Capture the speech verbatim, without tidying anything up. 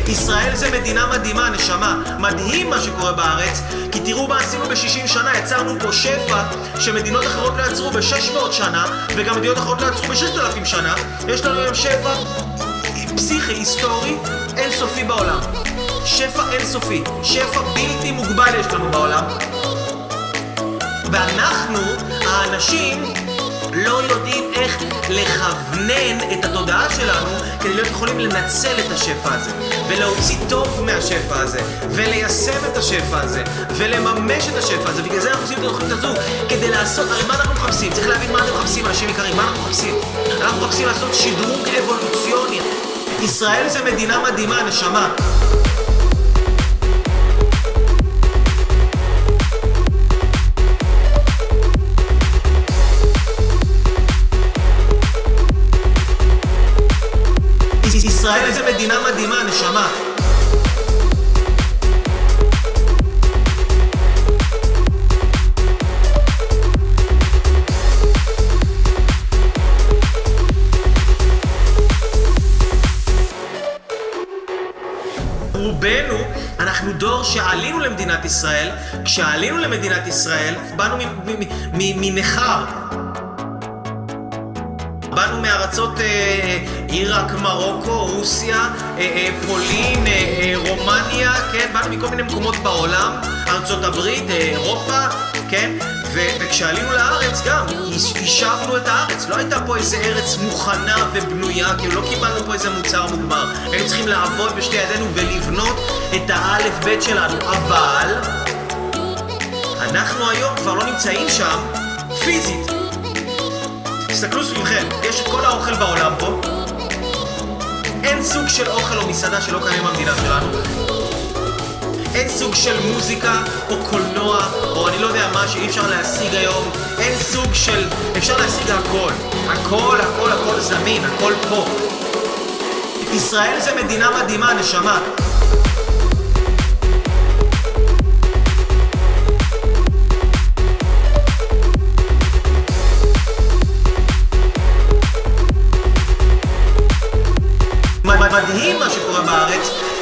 ישראל זה מדינה מדהימה, נשמה. מדהים מה שקורה בארץ, כי תראו מה עשינו ב-שישים שנה, יצרנו פה שפע שמדינות אחרות לא יצרו ב-שש מאות שנה, וגם מדינות אחרות לא יצרו ב-ששת אלפים שנה. יש לנו היום שפע פסיכי, היסטורי, אינסופי בעולם. שפע אינסופי, שפע בלתי מוגבל יש לנו בעולם. ואנחנו, האנשים, לא יודעים איך לכוונן את התודעה שלנו כדי להיות יכולים לנצל את השפע הזה ולהוציא טוב מהשפע הזה וליישם את השפע הזה ולממש את השפע הזה. בגלל זה אנחנו עושים את התוכנית הזו, כדי לעשות, הרי מה אנחנו מחפשים? צריך להבין מה אתם מחפשים, אנשים יקרים, מה אנחנו מחפשים? אנחנו מחפשים לעשות שדרוג אבולוציוני. ישראל זה מדינה מדהימה, נשמה. ישראל זה מדינה מדהימה, נשמה. רובנו, אנחנו דור שעלינו למדינת ישראל. כשעלינו למדינת ישראל, באנו מנחר. באנו מארצות אה, עיראק, מרוקו, רוסיה, אה, אה, פולין, אה, אה, רומניה, כן? באנו מכל מיני מקומות בעולם, ארצות הברית, אה, אירופה, כן? ו- וכשעלינו לארץ גם, יישבנו את הארץ. לא הייתה פה איזה ארץ מוכנה ובנויה, כאילו לא קיבלנו פה איזה מוצר מוגמר. היינו צריכים לעבוד בשתי ידינו ולבנות את האלף בית שלנו. אבל אנחנו היום כבר לא נמצאים שם פיזית. תסתכלו סביבכם, יש את כל האוכל בעולם פה. אין סוג של אוכל או מסעדה שלא קיים במדינה שלנו. אין סוג של מוזיקה או קולנוע או אני לא יודע מה שאי אפשר להשיג היום. אין סוג של... אפשר להשיג הכל. הכל, הכל, הכל זמין, הכל פה. ישראל זה מדינה מדהימה, נשמה. מדהים מה שקורה בארץ,